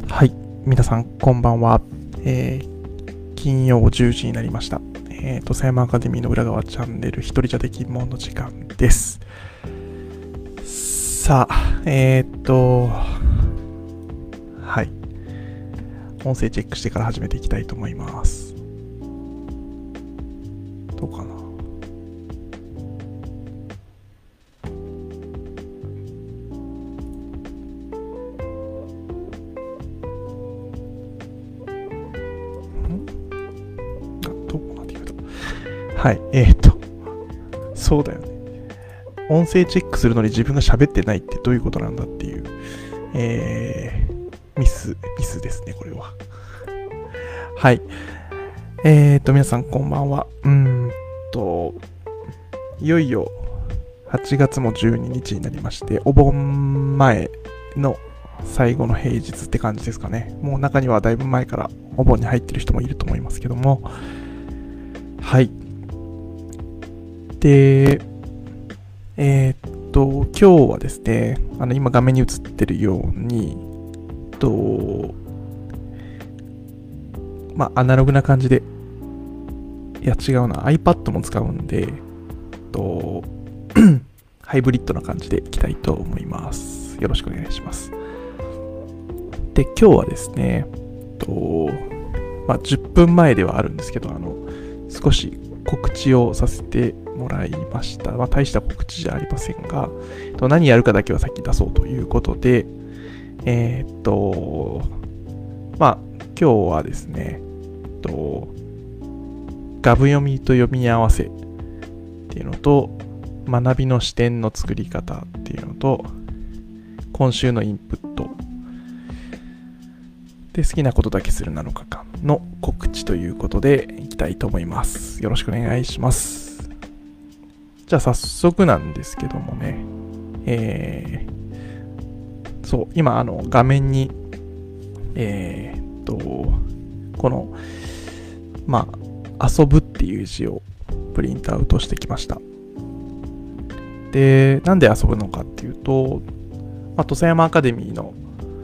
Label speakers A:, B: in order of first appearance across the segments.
A: はい、皆さんこんばんは。金曜10時になりました。土佐山アカデミーの裏側チャンネル一人じゃできんもんの時間です。さあ、はい。音声チェックしてから始めていきたいと思います。どうかな。はい、そうだよね。音声チェックするのに自分が喋ってないってどういうことなんだっていう、ミスですね、これは。はい。皆さんこんばんは。いよいよ8月も12日になりまして、お盆前の最後の平日って感じですかね。もう中にはだいぶ前からお盆に入ってる人もいると思いますけども、はい。で、今日はですね、今画面に映ってるように、アナログな感じで、いや違うな、iPad も使うんで、ハイブリッドな感じでいきたいと思います。よろしくお願いします。で、今日はですね、10分前ではあるんですけど、少し告知をさせてもらいました。大した告知じゃありませんが、何やるかだけは先出そうということで、今日はですね、ガブ読みと読み合わせっていうのと、学びの視点の作り方っていうのと、今週のインプットで、好きなことだけする7日間の告知ということでいきたいと思います。よろしくお願いします。じゃあ早速なんですけどもね、そう、今画面に、この、遊ぶっていう字をプリントアウトしてきました。で、なんで遊ぶのかっていうと、土佐山アカデミーの、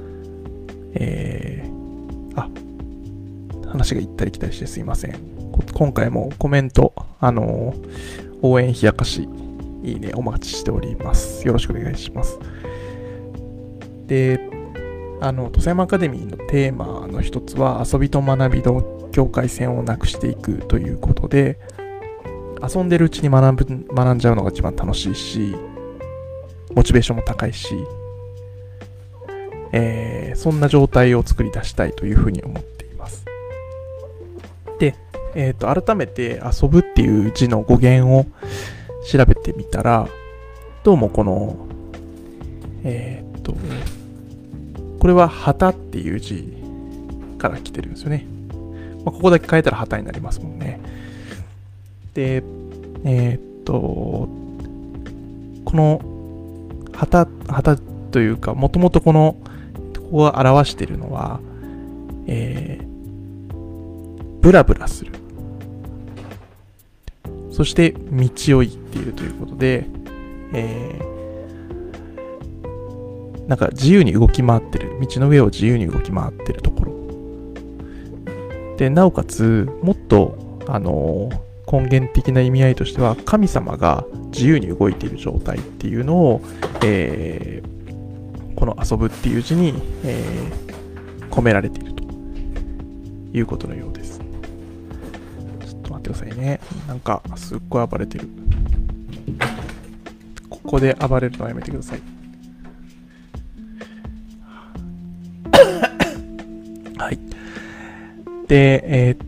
A: 話が行ったり来たりしてすいません。今回もコメント、応援冷やかし、いいね、お待ちしております。よろしくお願いします。で、土佐山アカデミーのテーマの一つは、遊びと学びの境界線をなくしていくということで、遊んでるうちに学んじゃうのが一番楽しいし、モチベーションも高いし、そんな状態を作り出したいというふうに思っています。で、改めて遊ぶっていう字の語源を調べてみたら、どうもこの、これは旗っていう字から来てるんですよね。ここだけ変えたら旗になりますもんね。で、この旗というか、もともとここが表しているのは、ブラブラする。そして道を行っているということで、なんか自由に動き回ってる、道の上を自由に動き回ってるところで、なおかつもっと根源的な意味合いとしては、神様が自由に動いている状態っていうのを、この遊ぶっていう字に、込められているということのようです。ちょっと待ってくださいね。なんかすっごい暴れてる。ここで暴れるのはやめてください。はい。で、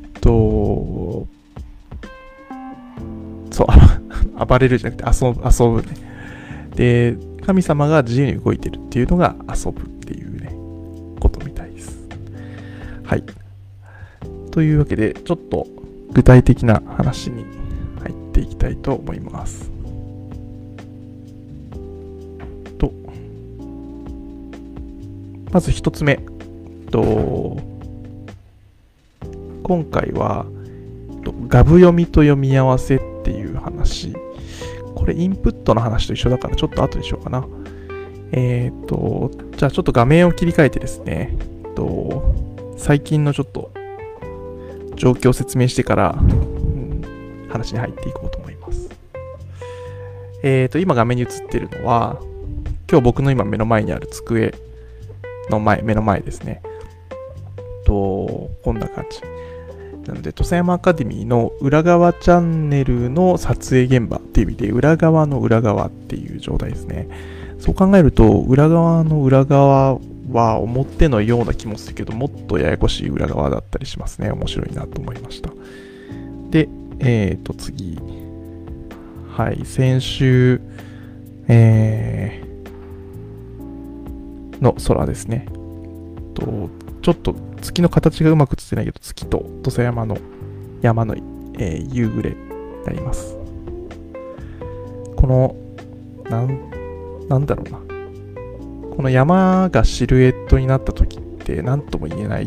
A: そう暴れるじゃなくて遊ぶね。で、神様が自由に動いてるっていうのが遊ぶっていうね、ことみたいです。はい。というわけで、ちょっと具体的な話に入っていきたいと思います。まず一つ目。今回は、ガブ読みと読み合わせっていう話。これインプットの話と一緒だからちょっと後にしようかな。じゃあちょっと画面を切り替えてですね、 最近のちょっと状況を説明してから、話に入っていこうと思います。今画面に映っているのは、今日僕の今目の前にある机の目の前ですね。こんな感じ。なので、土佐山アカデミーの裏側チャンネルの撮影現場っていう意味で、裏側の裏側っていう状態ですね。そう考えると、裏側の裏側は表のような気もするけど、もっとややこしい裏側だったりしますね。面白いなと思いました。で、次。はい、先週、の空ですね。ちょっと月の形がうまく映ってないけど、月と土佐山の山の、夕暮れになります。この、なんだろうな。この山がシルエットになった時って何とも言えない、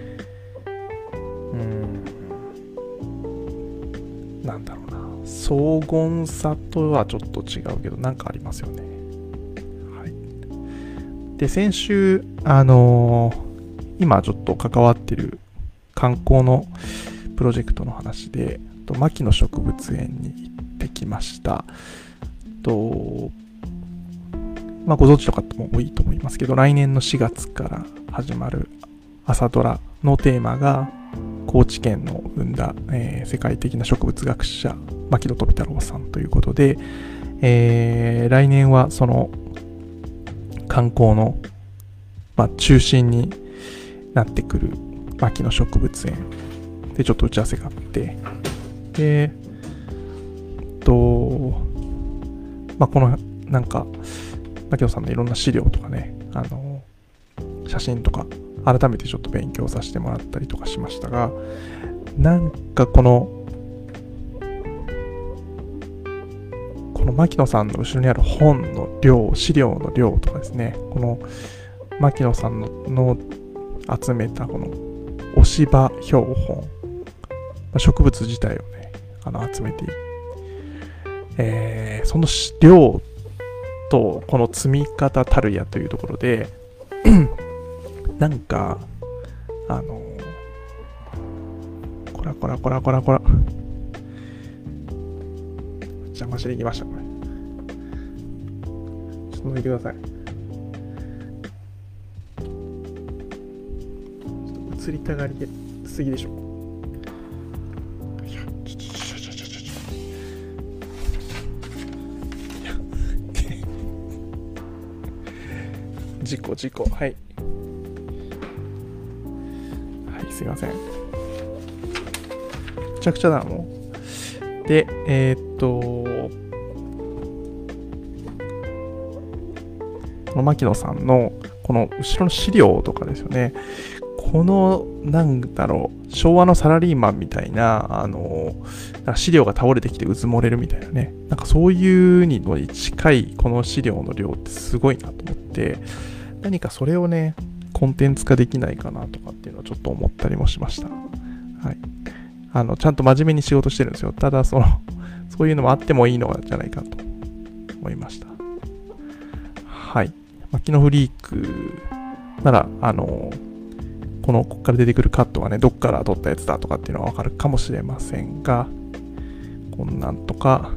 A: なんだろうな。荘厳さとはちょっと違うけど、なんかありますよね。はい。で、先週、今ちょっと関わってる観光のプロジェクトの話で、牧野植物園に行ってきました。ご存知の方も多いと思いますけど、来年の4月から始まる朝ドラのテーマが、高知県の生んだ、世界的な植物学者、牧野富太郎さんということで、来年はその観光の、中心になってくる牧野植物園でちょっと打ち合わせがあって、で、このなんか牧野さんのいろんな資料とかね、写真とか改めてちょっと勉強させてもらったりとかしましたが、なんかこの牧野さんの後ろにある本の量、資料の量とかですね、この牧野さんの集めたこの押し葉標本、植物自体をね、集めている、その量とこの積み方たるやというところでなんかこら邪魔していきました。これちょっと抜いてください。映りたがりすぎでしょ。事故、はい、すいません。めちゃくちゃだな、もう。で、この牧野さんのこの後ろの資料とかですよね。このなんだろう、昭和のサラリーマンみたいな資料が倒れてきてうずもれるみたいなね、なんかそういうのに近いこの資料の量ってすごいなと思って、何かそれをねコンテンツ化できないかなとかっていうのはちょっと思ったりもしました。はい。ちゃんと真面目に仕事してるんですよ。ただそういうのもあってもいいのじゃないかと思いました。はい。牧野フリークならここから出てくるカットがね、どっから撮ったやつだとかっていうのはわかるかもしれませんが、こんなんとか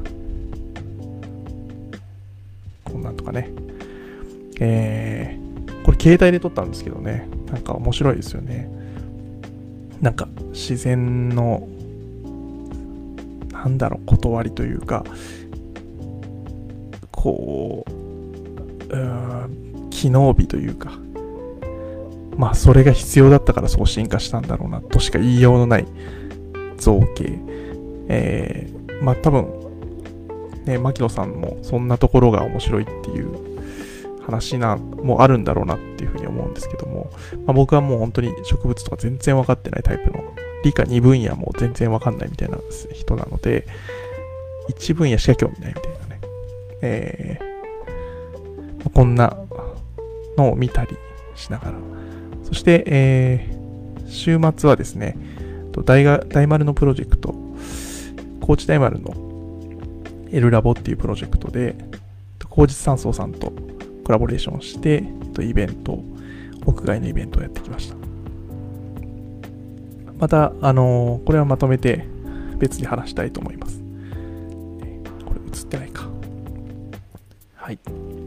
A: ね、これ携帯で撮ったんですけどね、なんか面白いですよね。なんか自然の断りというか、機能美というか、それが必要だったからそう進化したんだろうなとしか言いようのない造形。多分ね、牧野さんもそんなところが面白いっていう話もあるんだろうなっていうふうに思うんですけども、僕はもう本当に植物とか全然分かってないタイプの、理科2分野も全然分かんないみたいな人なので、1分野しか興味ないみたいなね、こんなのを見たりしながら、そして、週末はですね、大丸のプロジェクト、高知大丸のエルラボっていうプロジェクトで、高知山荘さんとコラボレーションして、イベントを屋外のイベントをやってきました。また、これはまとめて別に話したいと思います。これ映ってないか。はい。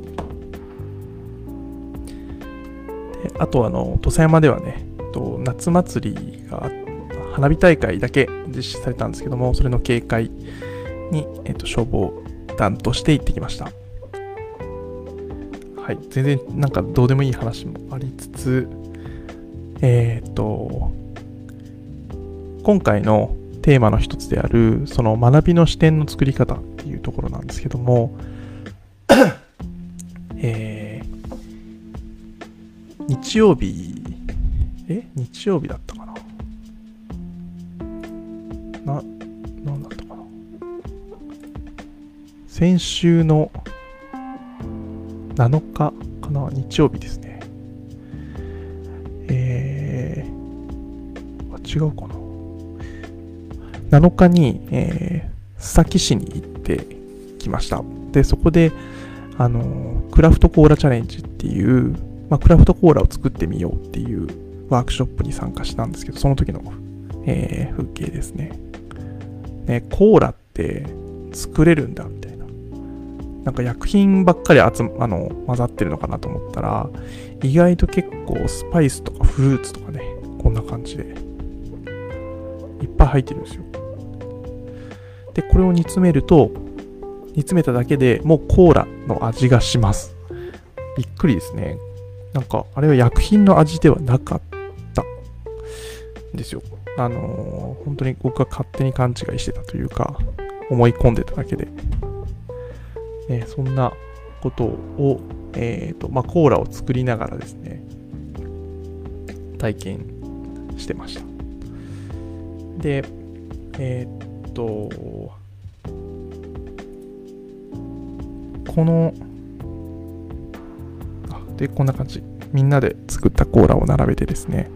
A: であと、土佐山ではね、夏祭りが、花火大会だけ実施されたんですけども、それの警戒に、消防団として行ってきました。はい。全然なんかどうでもいい話もありつつ、今回のテーマの一つである、その学びの視点の作り方っていうところなんですけども、日曜日だったかな。なんだったかな。先週の7日かな、日曜日ですね。違うかな。7日に、須崎市に行ってきました。で、そこで、クラフトコーラチャレンジっていう、クラフトコーラを作ってみようっていうワークショップに参加したんですけど、その時の、風景ですね。コーラって作れるんだみたいな。なんか薬品ばっかり混ざってるのかなと思ったら、意外と結構スパイスとかフルーツとかね、こんな感じでいっぱい入ってるんですよ。で、これを煮詰めただけでもうコーラの味がします。びっくりですね。なんか、あれは薬品の味ではなかったんですよ。本当に僕は勝手に勘違いしてたというか、思い込んでただけで。そんなことを、コーラを作りながらですね、体験してました。で、こんな感じ。みんなで作ったコーラを並べてですね、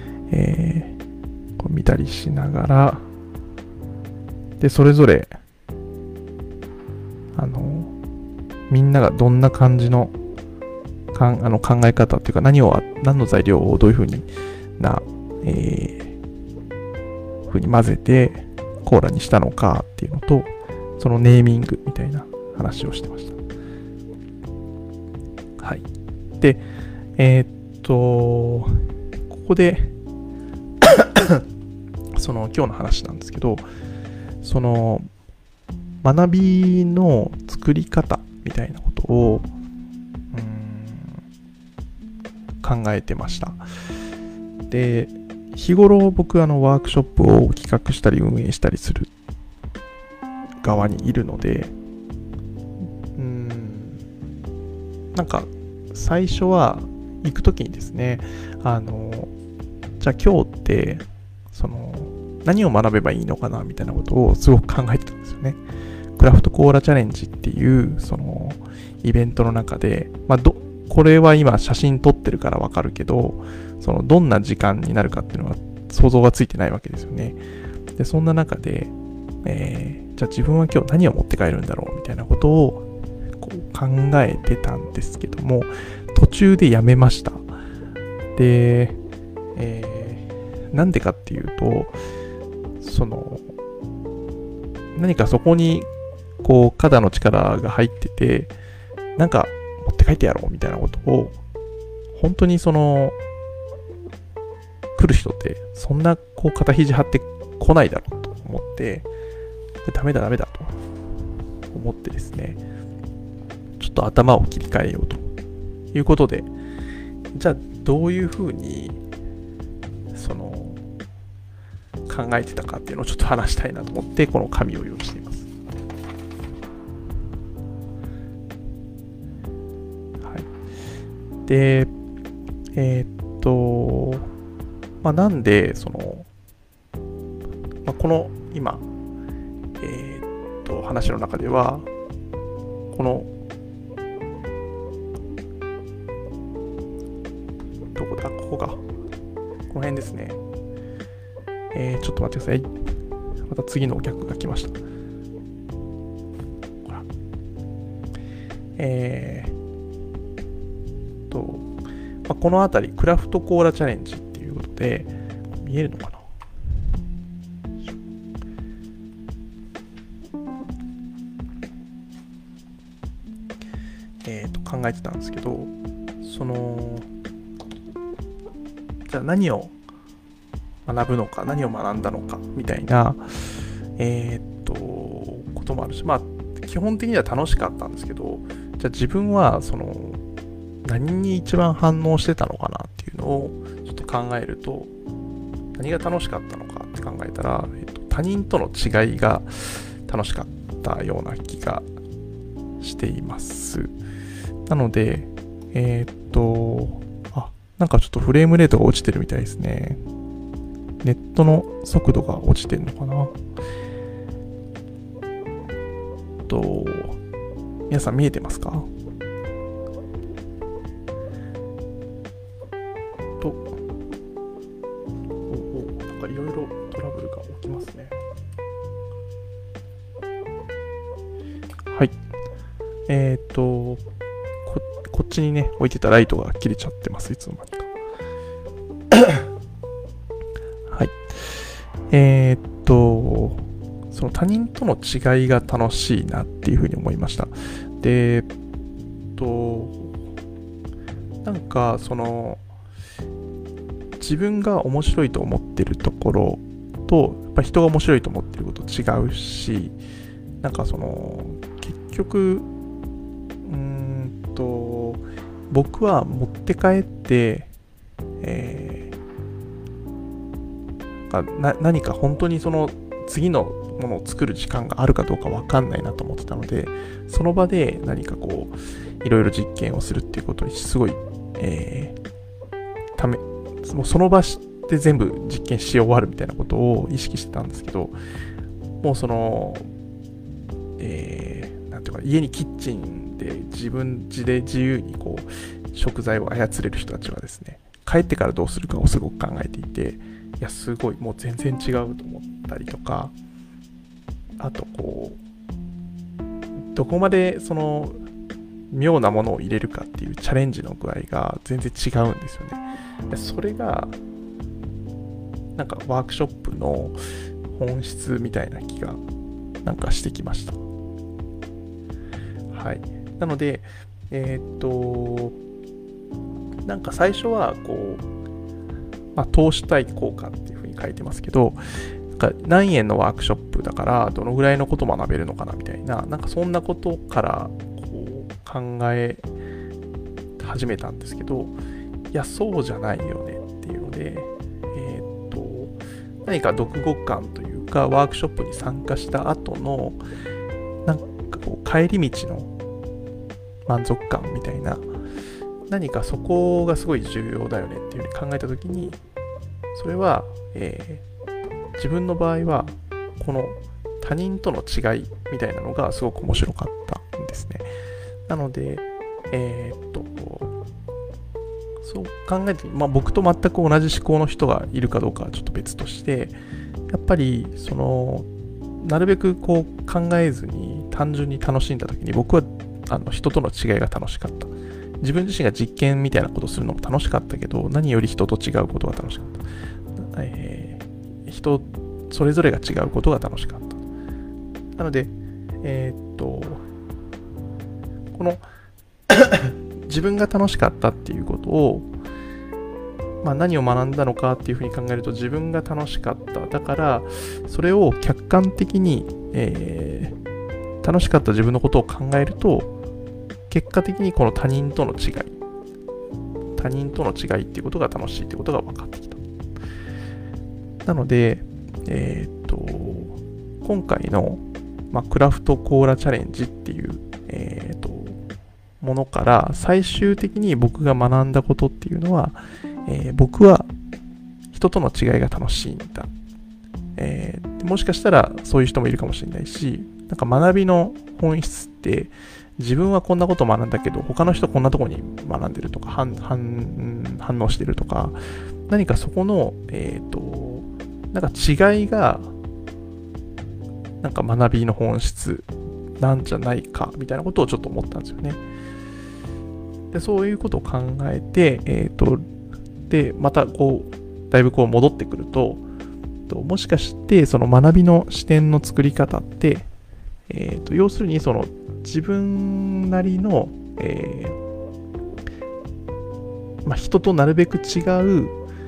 A: こう見たりしながら、で、それぞれ、みんながどんな感じの考え方っていうか、何の材料をどういうふうに混ぜてコーラにしたのかっていうのと、そのネーミングみたいな話をしてました。はい。で、ここでその今日の話なんですけど、その学びの作り方みたいなことを考えてました。で、日頃僕ワークショップを企画したり運営したりする側にいるので、なんか最初は行くときにですね、じゃあ今日って何を学べばいいのかなみたいなことをすごく考えてたんですよね。クラフトコーラチャレンジっていうイベントの中で、これは今写真撮ってるからわかるけど、どんな時間になるかっていうのは想像がついてないわけですよね。で、そんな中で、じゃあ自分は今日何を持って帰るんだろうみたいなことをこう考えてたんですけども、途中でやめました。で、なんでかっていうと、何かそこにこう肩の力が入ってて、なんか持って帰ってやろうみたいなことを本当に来る人ってそんなこう肩肘張ってこないだろうと思って、ダメだと思ってですね、ちょっと頭を切り替えようということで、じゃあどういうふうに考えてたかっていうのをちょっと話したいなと思って、この紙を用意しています。はい。で、なんでこの今話の中ではこのどこだ、ここか、この辺ですね。ちょっと待ってください。また次のお客が来ました。ほら。 このあたりクラフトコーラチャレンジっていうことで、見えるのかな。考えてたんですけど、じゃあ何を学ぶのか、何を学んだのかみたいなこともあるし、基本的には楽しかったんですけど、じゃあ自分は何に一番反応してたのかなっていうのをちょっと考えると、何が楽しかったのかって考えたら、他人との違いが楽しかったような気がしています。なので、なんかちょっとフレームレートが落ちてるみたいですね。ネットの速度が落ちてるのかな。皆さん見えてますか？なんかいろいろトラブルが起きますね。はい。こっちにね、置いてたライトが切れちゃってます、いつの間にか。はい。その他人との違いが楽しいなっていうふうに思いました。で、なんか自分が面白いと思ってるところと、やっぱ人が面白いと思ってること違うし、なんか結局、僕は持って帰って、何か本当に次のものを作る時間があるかどうか分かんないなと思ってたので、その場で何かいろいろ実験をするっていうことにすごい、もうその場で全部実験し終わるみたいなことを意識してたんですけど、もうなんていうか、家にキッチンで自で自由に食材を操れる人たちはですね、帰ってからどうするかをすごく考えていて、いやすごいもう全然違うと思ったりとか、あとどこまで妙なものを入れるかっていうチャレンジの具合が全然違うんですよね。それがなんかワークショップの本質みたいな気がなんかしてきました。はい。なのでなんか最初は投資対効果っていうふうに書いてますけど、何円のワークショップだからどのぐらいのこと学べるのかなみたいな、なんかそんなことから考え始めたんですけど、いやそうじゃないよねっていうので、何か読後感というかワークショップに参加した後のなんか帰り道の満足感みたいな、何かそこがすごい重要だよねっていうふうに考えたときに、それは、自分の場合はこの他人との違いみたいなのがすごく面白かったんですね。なのでそう考えて、僕と全く同じ思考の人がいるかどうかはちょっと別として、やっぱりなるべく考えずに単純に楽しんだときに、僕は人との違いが楽しかった。自分自身が実験みたいなことをするのも楽しかったけど、何より人と違うことが楽しかった。人それぞれが違うことが楽しかった。なので、この自分が楽しかったっていうことを、何を学んだのかっていうふうに考えると、自分が楽しかった。だから、それを客観的に、楽しかった自分のことを考えると、結果的にこの他人との違いっていうことが楽しいっていうことが分かってきた。なので、今回の、クラフトコーラチャレンジっていう、ものから最終的に僕が学んだことっていうのは、僕は人との違いが楽しいんだ。もしかしたらそういう人もいるかもしれないし、なんか学びの本質って自分はこんなこと学んだけど他の人こんなとこに学んでるとか反応してるとか、何かそこのなんか違いがなんか学びの本質なんじゃないかみたいなことをちょっと思ったんですよね。 でそういうことを考えて、でまたこうだいぶこう戻ってくると、もしかしてその学びの視点の作り方って、要するにその自分なりの、人となるべく違う、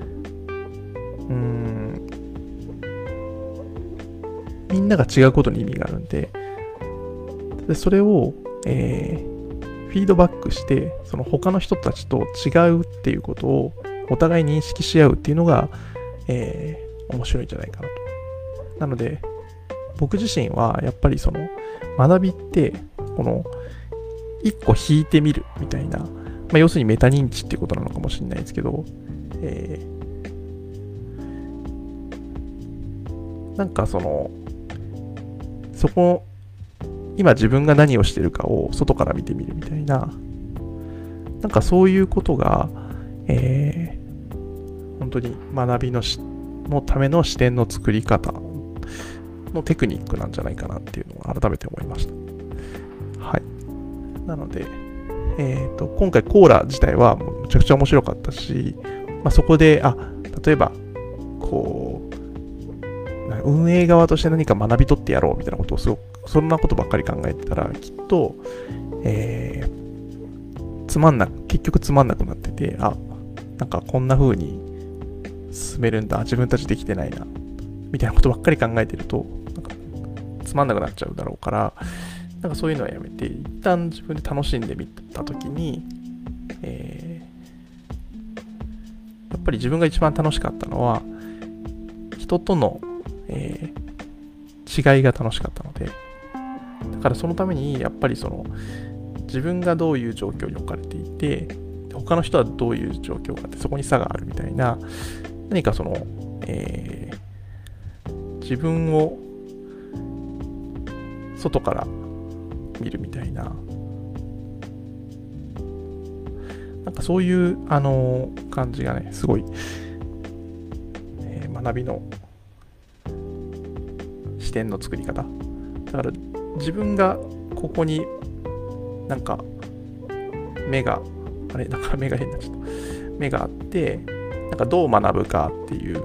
A: みんなが違うことに意味があるんで、それを、フィードバックして、その他の人たちと違うっていうことをお互い認識し合うっていうのが、面白いんじゃないかなと。なので、僕自身はやっぱりその学びって、この一個引いてみるみたいな、要するにメタ認知っていうことなのかもしれないですけど、なんかそこ、今自分が何をしてるかを外から見てみるみたいな、なんかそういうことが、本当に学びのための視点の作り方のテクニックなんじゃないかなっていうのを改めて思いました。はい。なので、今回コーラ自体はむちゃくちゃ面白かったし、そこで、例えば、こう、運営側として何か学び取ってやろうみたいなことをそんなことばっかり考えてたら、きっと、結局つまんなくなってて、なんかこんな風に進めるんだ、自分たちできてないな、みたいなことばっかり考えてると、なんかつまんなくなっちゃうだろうから、なんかそういうのはやめて、一旦自分で楽しんでみたときに、やっぱり自分が一番楽しかったのは、人との、違いが楽しかったので、だからそのためにやっぱり自分がどういう状況に置かれていて、他の人はどういう状況かって、そこに差があるみたいな、何か自分を外から見るみたいな、なんかそういう感じがね、すごい、学びの視点の作り方。だから自分がここになんか目が変になっちゃった。目があって、なんかどう学ぶかっていう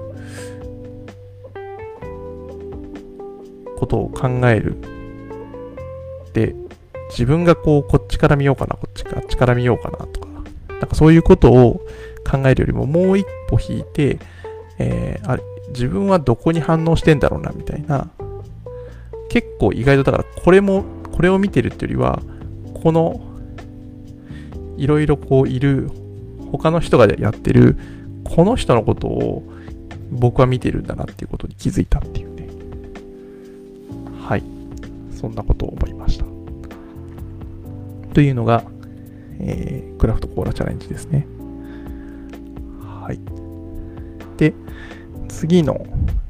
A: ことを考える。で、自分がこっちから見ようかな、あっちから見ようかなとか、なんかそういうことを考えるよりももう一歩引いて、自分はどこに反応してんだろうなみたいな、結構意外とだからこれを見てるっていうよりは、このいろいろいる他の人がやってるこの人のことを僕は見てるんだなっていうことに気づいたっていうね。はい、そんなことを思いました。というのが、クラフトコーラチャレンジですね。はい。で、次の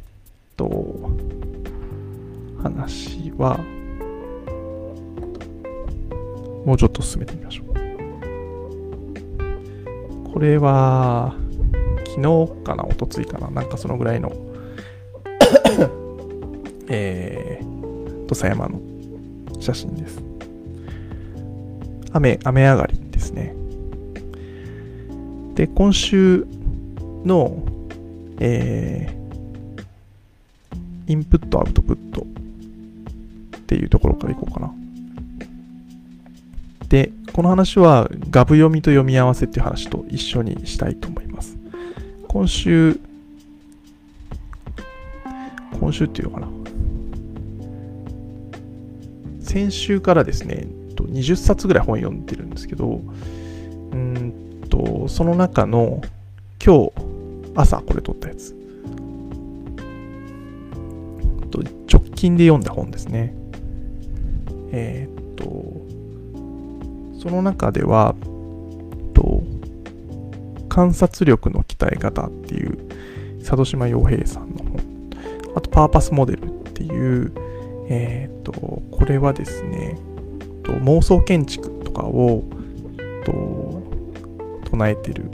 A: 話はもうちょっと進めてみましょう。これは昨日かな、一昨日かな、なんかそのぐらいの土佐山の写真です。雨上がりですね。で、今週の、インプットアウトプットっていうところからいこうかな。で、この話はガブ読みと読み合わせっていう話と一緒にしたいと思います。今週っていうのかな。先週からですね、20冊ぐらい本読んでるんですけど、その中の今日朝これ撮ったやつ、直近で読んだ本ですね。その中では観察力の鍛え方っていう佐渡島洋平さんの本、あとパーパスモデルっていうこれはですね、妄想建築とかを唱えてる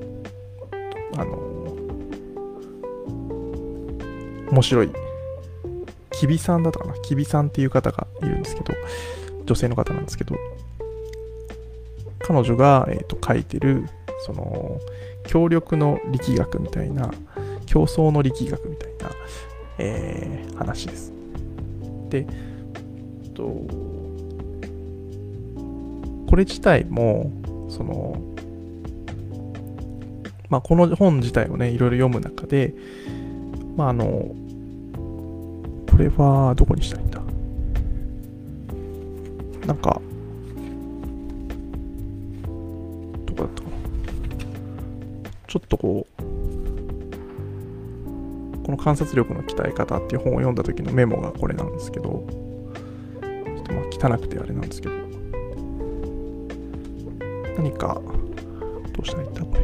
A: 面白いきびさんだったかな、きびさんっていう方がいるんですけど、女性の方なんですけど、 彼女が、書いてるその協力の力学みたいな、競争の力学みたいな、話です。で、これ自体もその、この本自体をねいろいろ読む中で、これはどこにしたらいいんだ、なんかどこだったかな、ちょっとこの観察力の鍛え方っていう本を読んだ時のメモがこれなんですけど、ちょっと汚くてあれなんですけど、何かどうしたらいいんだこれ、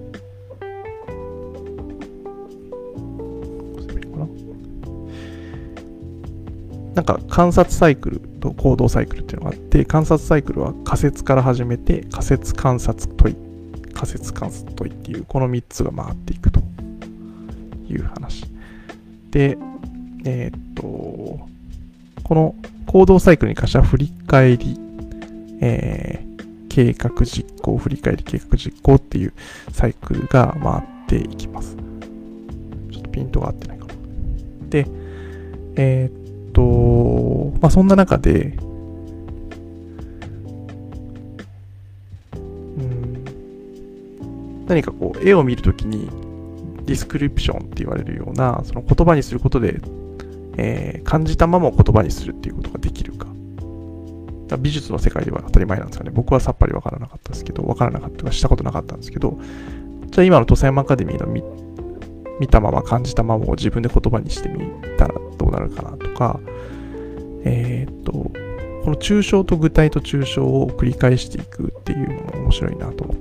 A: なんか観察サイクルと行動サイクルっていうのがあって、観察サイクルは仮説から始めて、仮説観察問い、仮説観察問いっていうこの3つが回っていくという話で、この行動サイクルに関しては振り返り、計画実行、振り返り計画実行っていうサイクルが回っていきます。ちょっとピントが合ってないかな。で、そんな中で、何かこう絵を見るときにディスクリプションって言われるような、その言葉にすることで、感じたまま言葉にするっていうことができるか。美術の世界では当たり前なんですよね。僕はさっぱりわからなかったですけど、したことなかったんですけど、じゃあ今の土佐山アカデミーの見たまま感じたままを自分で言葉にしてみたらどうなるかなとか、この抽象と具体と抽象を繰り返していくっていうのも面白いなと思って、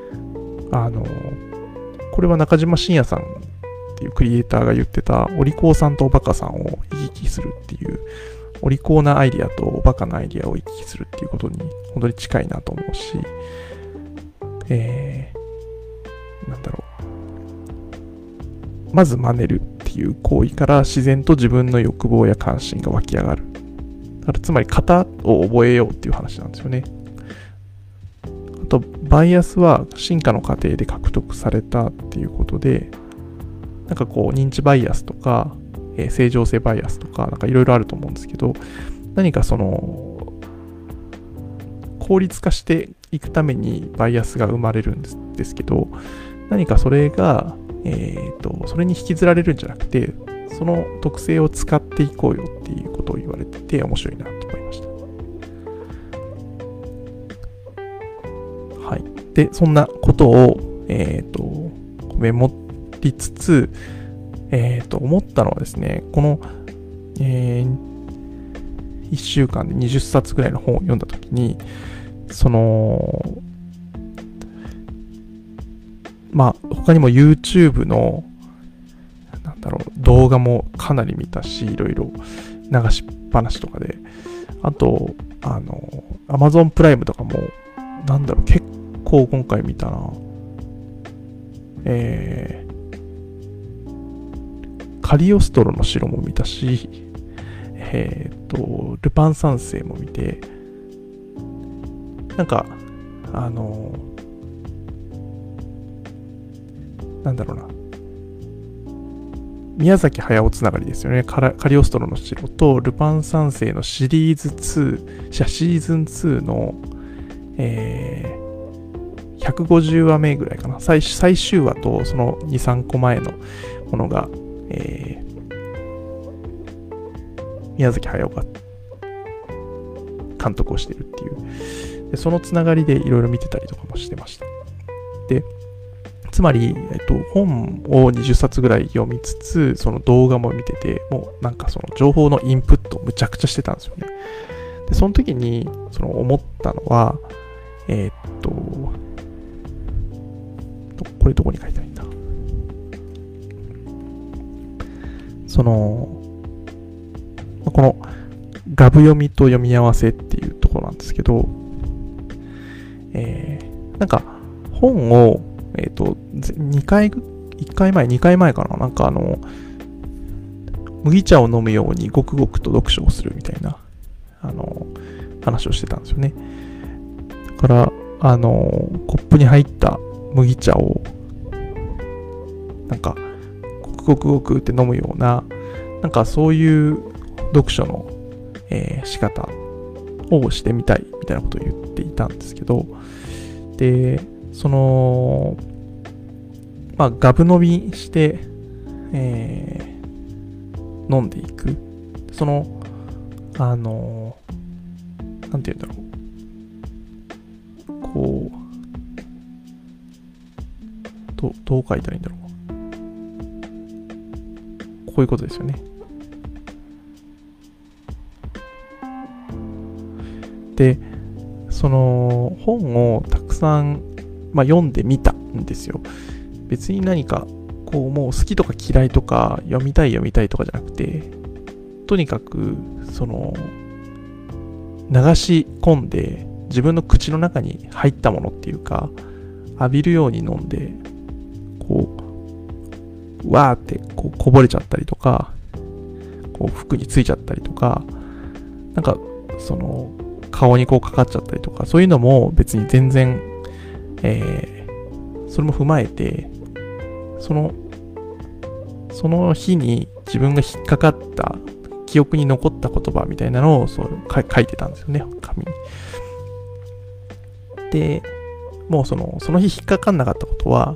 A: これは中島信也さんっていうクリエイターが言ってたお利口さんとおバカさんを行き来するっていう、お利口なアイディアとおバカなアイディアを行き来するっていうことに本当に近いなと思うし、まず真似るっていう行為から自然と自分の欲望や関心が湧き上がる。だからつまり型を覚えようっていう話なんですよね。あとバイアスは進化の過程で獲得されたっていうことで、なんかこう認知バイアスとか、正常性バイアスとかなんかいろいろあると思うんですけど、何かその効率化していくためにバイアスが生まれるんですけど、何かそれがそれに引きずられるんじゃなくて、その特性を使っていこうよっていうことを言われてて面白いなと思いました。はい。で、そんなことを、メモりつつ、思ったのはですね、この、1週間で20冊ぐらいの本を読んだときに、他にも YouTube の動画もかなり見たし、いろいろ流しっぱなしとかで、あとAmazon プライムとかも結構今回見たな。カリオストロの城も見たし、ルパン三世も見て、なんか宮崎駿つながりですよね。カリオストロの城とルパン三世のシリーズ2、シーズン2の、150話目ぐらいかな。最終話とその2、3個前のものが、宮崎駿が監督をしているっていう。でそのつながりでいろいろ見てたりとかもしてました。で、つまり、本を20冊ぐらい読みつつ、その動画も見てて、もうなんかその情報のインプットをむちゃくちゃしてたんですよね。で、その時に思ったのは、これどこに書いてあるんだ。このガブ読みと読み合わせっていうところなんですけど、なんか本を2回前かな、麦茶を飲むようにごくごくと読書をするみたいな話をしてたんですよね。だからコップに入った麦茶をなんかごくごくって飲むような、なんかそういう読書の、仕方をしてみたいみたいなことを言っていたんですけど、でガブ飲みして、飲んでいく、なんていうんだろう、こうどう書いたらいいんだろう、こういうことですよね。で本をたくさん、読んでみたんですよ。別に何かもう好きとか嫌いとか読みたいとかじゃなくて、とにかく流し込んで自分の口の中に入ったものっていうか、浴びるように飲んでわーってこぼれちゃったりとか、服についちゃったりとか、なんか顔にかかっちゃったりとか、そういうのも別に全然、それも踏まえて、その日に自分が引っかかった記憶に残った言葉みたいなのを書いてたんですよね、紙に。で、もうその日引っかかんなかったことは、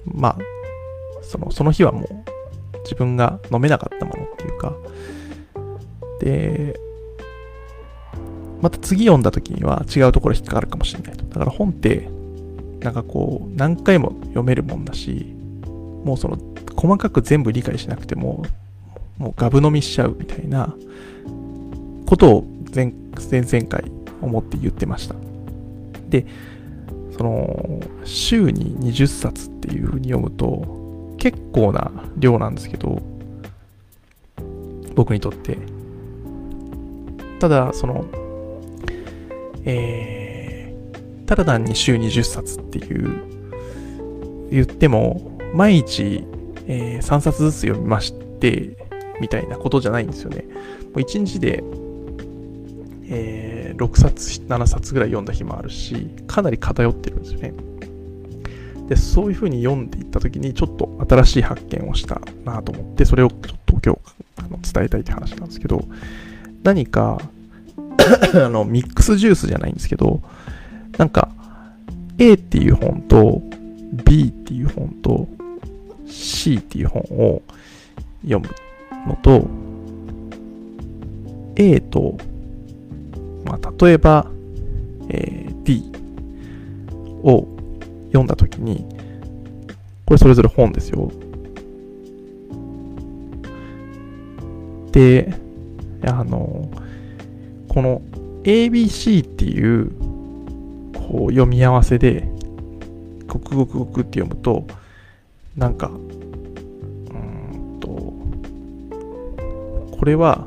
A: その日はもう自分が飲めなかったものっていうか、で、また次読んだ時には違うところ引っかかるかもしれないと。だから本ってなんか何回も読めるもんだし、もう細かく全部理解しなくてもガブ飲みしちゃうみたいなことを前々回思って言ってました。で、週に20冊っていう風に読むと結構な量なんですけど、僕にとって。ただただ単に週20冊って言っても毎日、3冊ずつ読みましてみたいなことじゃないんですよね。もう1日で、6冊7冊ぐらい読んだ日もあるし、かなり偏ってるんですよね。で、そういう風に読んでいった時にちょっと新しい発見をしたなと思って、それをちょっと今日伝えたいって話なんですけど、何かミックスジュースじゃないんですけど、なんか A っていう本と B っていう本と C っていう本を読むのと、 A と、例えば、D を読んだときに、これそれぞれ本ですよ。で、この ABC っていう読み合わせでごくごくごくって読むと、なんかこれは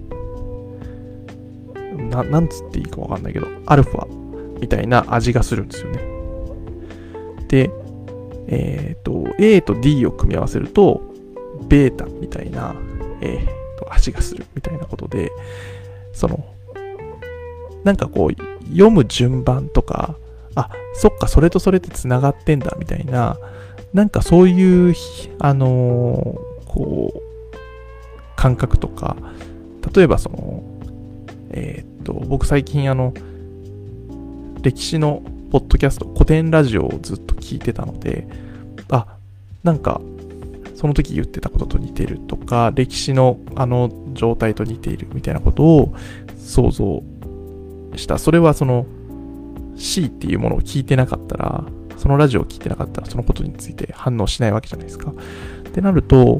A: なんつっていいかわかんないけど、アルファみたいな味がするんですよね。で、A と D を組み合わせるとベータみたいな、味がするみたいなことで、なんか読む順番とか、そっか、それとそれって繋がってんだみたいな、なんかそういう感覚とか、例えば僕最近歴史のポッドキャスト、古典ラジオをずっと聞いてたので、なんかその時言ってたことと似てるとか、歴史の状態と似ているみたいなことを想像した。それはC っていうものを聞いてなかったら、そのラジオを聞いてなかったら、そのことについて反応しないわけじゃないですか。ってなると、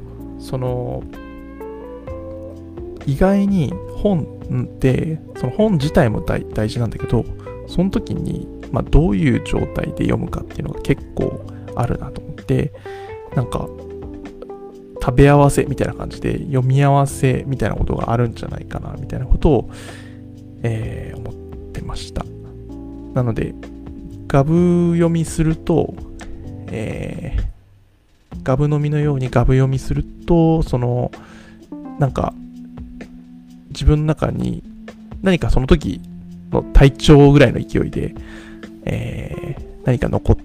A: 意外に本って、その本自体も大事なんだけど、その時に、どういう状態で読むかっていうのが結構あるなと思って、なんか、食べ合わせみたいな感じで読み合わせみたいなことがあるんじゃないかなみたいなことを、思ってました。なのでガブ読みすると、ガブ飲みのようにガブ読みすると、なんか自分の中に何かその時の体調ぐらいの勢いで何か残って、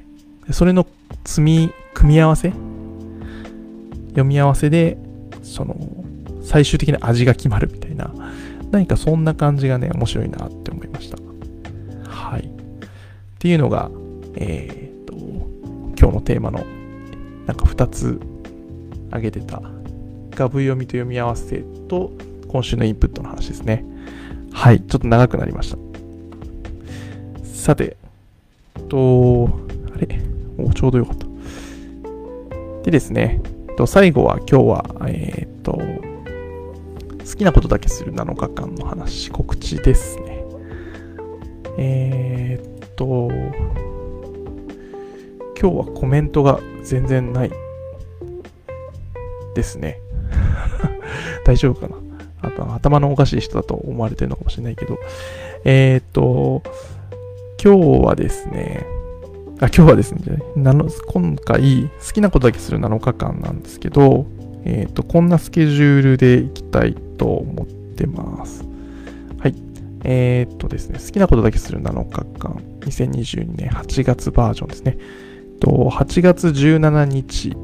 A: それの組み合わせ、読み合わせで、最終的な味が決まるみたいな、何かそんな感じがね、面白いなって思いました。はい。っていうのが、今日のテーマの、なんか2つ挙げてた、ガブ読みと読み合わせと、今週のインプットの話ですね。はい。ちょっと長くなりました。さて、あれちょうどよかった。でですね、最後は今日は、好きなことだけする7日間の話、告知ですね。今日はコメントが全然ないですね。大丈夫かな。頭のおかしい人だと思われてるのかもしれないけど、今日はですね、今回好きなことだけする7日間なんですけど、こんなスケジュールでいきたいと思ってます。はい。ですね、好きなことだけする7日間、2022年8月バージョンですね。8月17日、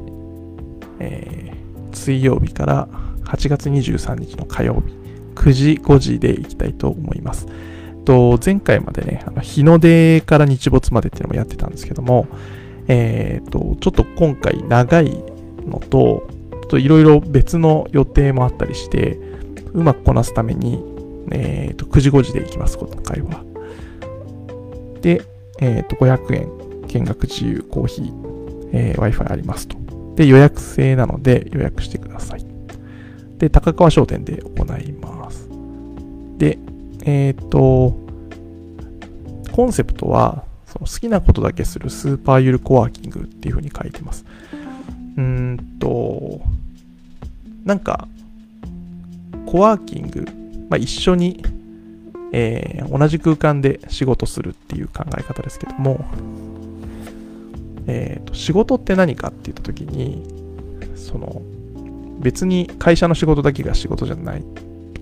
A: 水曜日から8月23日の火曜日、9時5時でいきたいと思います。前回までね、日の出から日没までっていうのもやってたんですけども、ちょっと今回長いのと、いろいろ別の予定もあったりして、うまくこなすために、9時5時で行きます、今回は。で、500円見学自由コーヒー、Wi-Fi ありますと。で、予約制なので予約してください。で、高川商店で行います。で、コンセプトは、好きなことだけするスーパーゆるコワーキングっていう風に書いてます。なんか、コワーキング、一緒に、同じ空間で仕事するっていう考え方ですけども、仕事って何かって言ったときに、別に会社の仕事だけが仕事じゃない。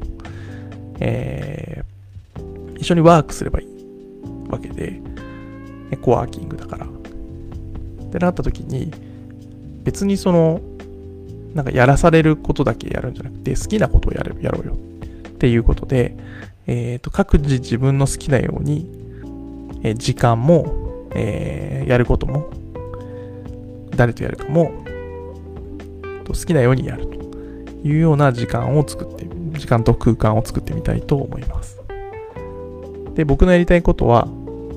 A: 一緒にワークすればいいわけで、コワーキングだから。ってなったときに、別になんかやらされることだけやるんじゃなくて、好きなことをやろうよっていうことで、各自自分の好きなように、時間も、やることも、誰とやるかも、好きなようにやるというような時間と空間を作ってみたいと思います。で、僕のやりたいことは、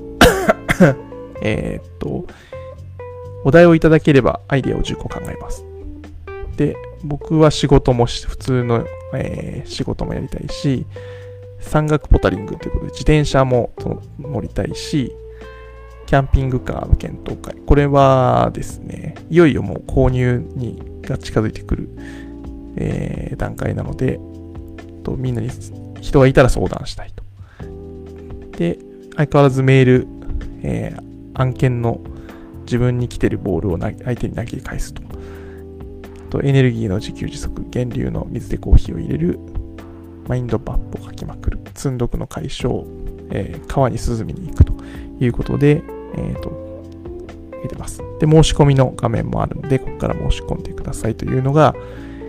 A: お題をいただければアイデアを10個考えます。で、僕は仕事も普通の、仕事もやりたいし、山岳ポタリングということで自転車も乗りたいし、キャンピングカーの検討会。これはですね、いよいよもう購入が近づいてくる、段階なので、みんなに人がいたら相談したいと。で、相変わらずメール、案件の自分に来てるボールを相手に投げ返すと。エネルギーの自給自足、源流の水でコーヒーを入れる、マインドマップを書きまくる、積んどくの解消、川に涼みに行くということで、見てます。で、申し込みの画面もあるので、ここから申し込んでくださいというのが、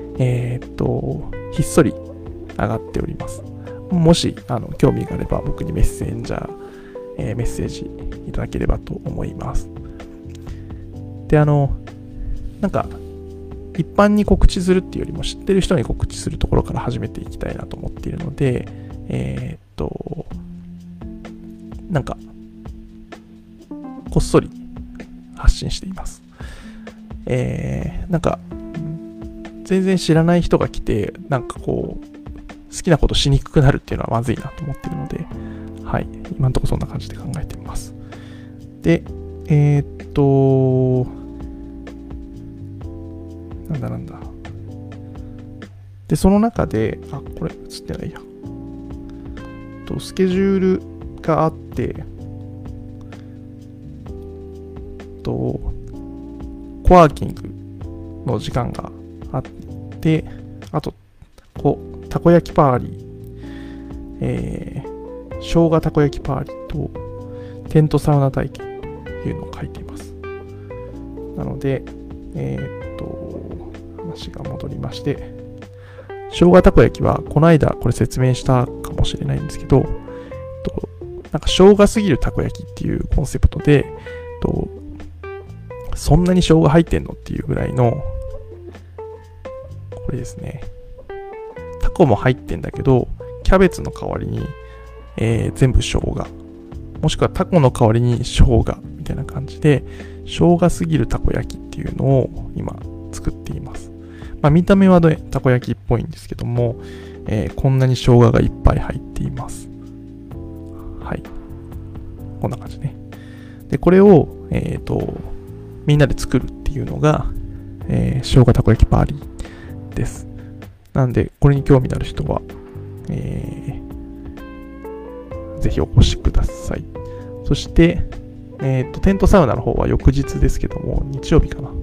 A: ひっそり上がっております。もし、興味があれば、僕にメッセージいただければと思います。で、なんか、一般に告知するっていうよりも知ってる人に告知するところから始めていきたいなと思っているので、なんか、こっそり発信しています。なんか、全然知らない人が来て、なんか好きなことしにくくなるっていうのはまずいなと思っているので、はい、今のところそんな感じで考えています。で、なんだ。で、その中で、これ映ってないや。スケジュールがあって、コワーキングの時間があって、あと、たこ焼きパーリー、生姜たこ焼きパーリーと、 テントサウナ体験というのを書いています。なので、話が戻りまして、生姜たこ焼きはこの間これ説明したかもしれないんですけど、なんか生姜すぎるたこ焼きっていうコンセプトで、そんなに生姜入ってんのっていうぐらいの、これですね、タコも入ってんだけど、キャベツの代わりに、全部生姜、もしくはタコの代わりに生姜みたいな感じで、生姜すぎるたこ焼きっていうのを今作っています。見た目はね、たこ焼きっぽいんですけども、こんなに生姜がいっぱい入っています。はい。こんな感じね。で、これを、みんなで作るっていうのが、生姜たこ焼きパーリーです。なんで、これに興味のある人は、ぜひお越しください。そして、テントサウナの方は翌日ですけども、日曜日かな。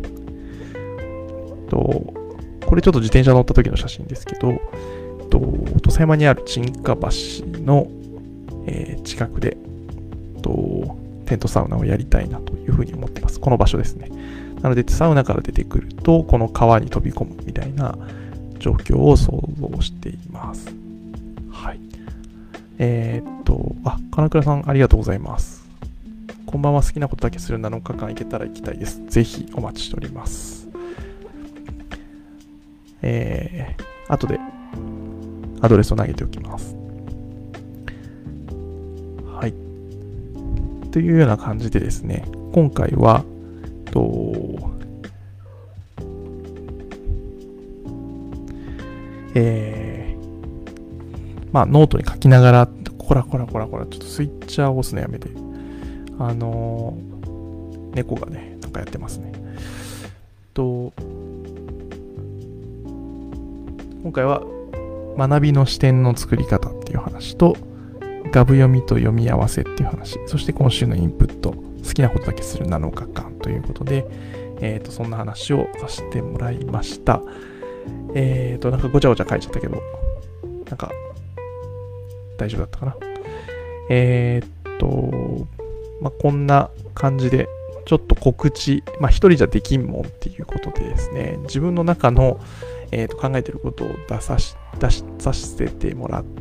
A: これちょっと自転車乗った時の写真ですけど、土佐山にある沈下橋の、近くで、テントサウナをやりたいなというふうに思ってます。この場所ですね。なので、サウナから出てくると、この川に飛び込むみたいな状況を想像しています。はい。金倉さんありがとうございます。こんばんは。好きなことだけする7日間行けたら行きたいです。ぜひお待ちしております。後でアドレスを投げておきます。はい。というような感じでですね、今回は、ノートに書きながら、こら、ちょっとスイッチャーを押すのやめて。猫がね、なんかやってますね。今回は学びの視点の作り方っていう話と、ガブ読みと読み合わせっていう話、そして今週のインプット、好きなことだけする7日間ということで、そんな話をさせてもらいました。なんかごちゃごちゃ書いちゃったけど、なんか大丈夫だったかな。こんな感じで、ちょっと告知、一人じゃできんもんっていうことでですね、自分の中の、考えていることを出させてもらって、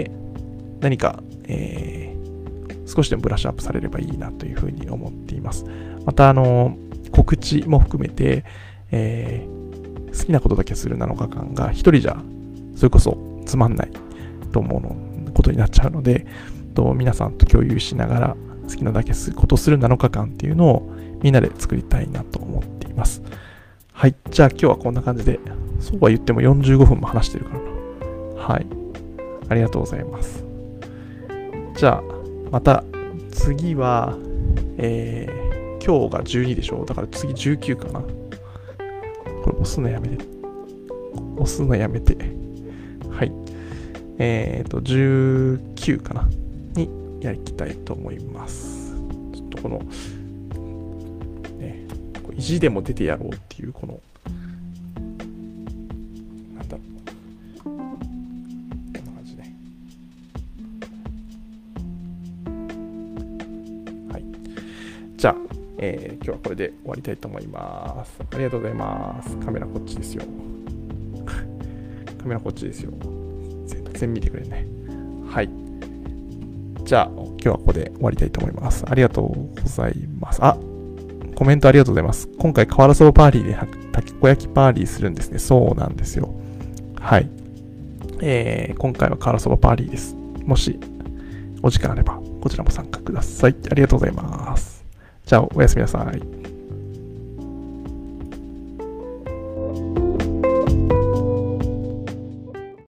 A: 何か、少しでもブラッシュアップされればいいなというふうに思っています。また、告知も含めて、好きなことだけする7日間が一人じゃ、それこそつまんないと思うことになっちゃうので、皆さんと共有しながら好きなだけことする7日間っていうのをみんなで作りたいなと思っています。はい。じゃあ今日はこんな感じで、そうは言っても45分も話してるからな。はい。ありがとうございます。じゃあ、また次は、今日が12でしょ。だから次19かな。これ押すのやめて。はい。19かな。にやりたいと思います。ちょっとこの、ね、意地でも出てやろうっていう、この、なんだろう。こんな感じね。はい。じゃあ、今日はこれで終わりたいと思います。ありがとうございます。カメラこっちですよ。全然見てくれね。はい。じゃあ、今日はここで終わりたいと思います。ありがとうございます。コメントありがとうございます。今回、瓦そばパーリーでたこ焼きパーリーするんですね。そうなんですよ。はい。今回は瓦そばパーリーです。もし、お時間あれば、こちらも参加ください。ありがとうございます。じゃあ、おやすみなさい。